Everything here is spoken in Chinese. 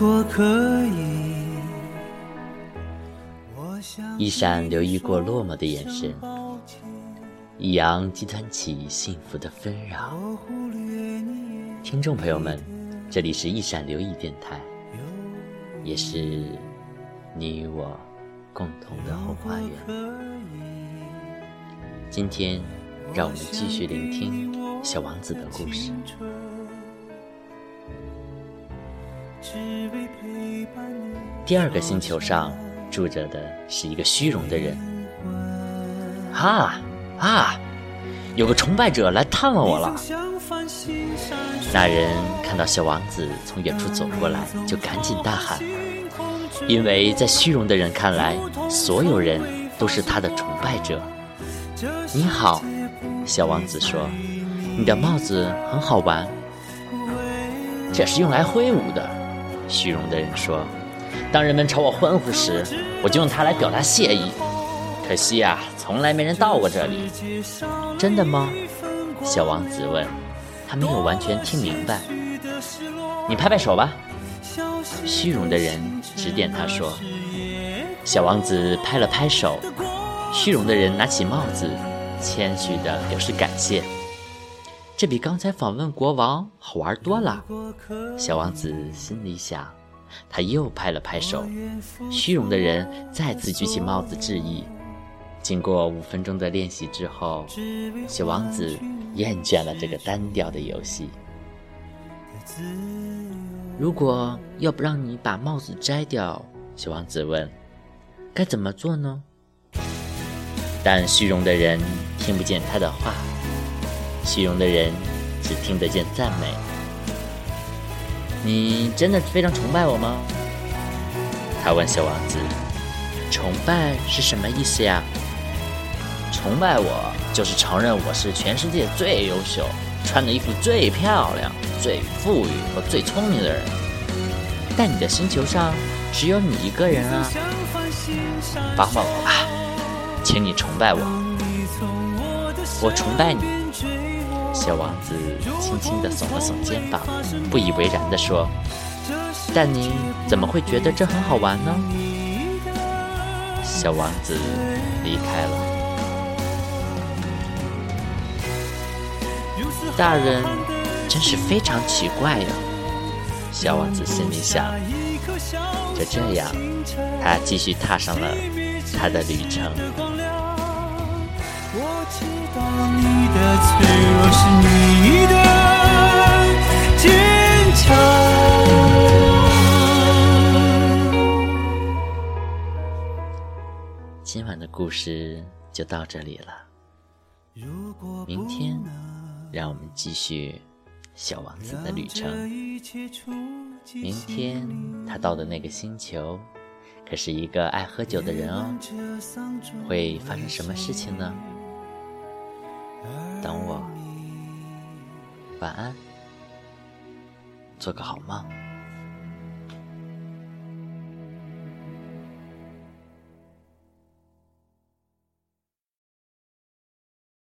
果可以， 一闪留意过落寞的眼神，一扬激湍起幸福的纷扰。听众朋友们，这里是一闪留意电台，也是你与我共同的后花园。今天让我们继续聆听小王子的故事。第二个星球上住着的是一个虚荣的人。有个崇拜者来探望我了。那人看到小王子从远处走过来，就赶紧大喊，因为在虚荣的人看来，所有人都是他的崇拜者。你好，小王子说，你的帽子很好玩。这是用来挥舞的，虚荣的人说，当人们朝我欢呼时，我就用它来表达谢意。可惜啊，从来没人到过这里。真的吗？小王子问，他没有完全听明白。你拍拍手吧，虚荣的人指点他说。小王子拍了拍手，虚荣的人拿起帽子，谦虚地表示感谢。这比刚才访问国王好玩多了，小王子心里想。他又拍了拍手，虚荣的人再次举起帽子致意。经过5分钟的练习之后，小王子厌倦了这个单调的游戏。如果要不让你把帽子摘掉，小王子问，该怎么做呢？但虚荣的人听不见他的话，虚荣的人只听得见赞美。你真的非常崇拜我吗？他问小王子。崇拜是什么意思呀？崇拜我就是承认我是全世界最优秀，穿的衣服最漂亮，最富裕和最聪明的人。但你的星球上只有你一个人啊！发话我吧，请你崇拜我。我崇拜你。小王子轻轻地耸了耸肩膀，不以为然地说，但你怎么会觉得这很好玩呢？小王子离开了。大人真是非常奇怪呀，小王子心里想。就这样，他继续踏上了他的旅程。 我知道你的脆弱是你的坚强。 今晚的故事就到这里了，明天让我们继续小王子的旅程。明天他到的那个星球可是一个爱喝酒的人哦，会发生什么事情呢？等我，晚安，做个好梦。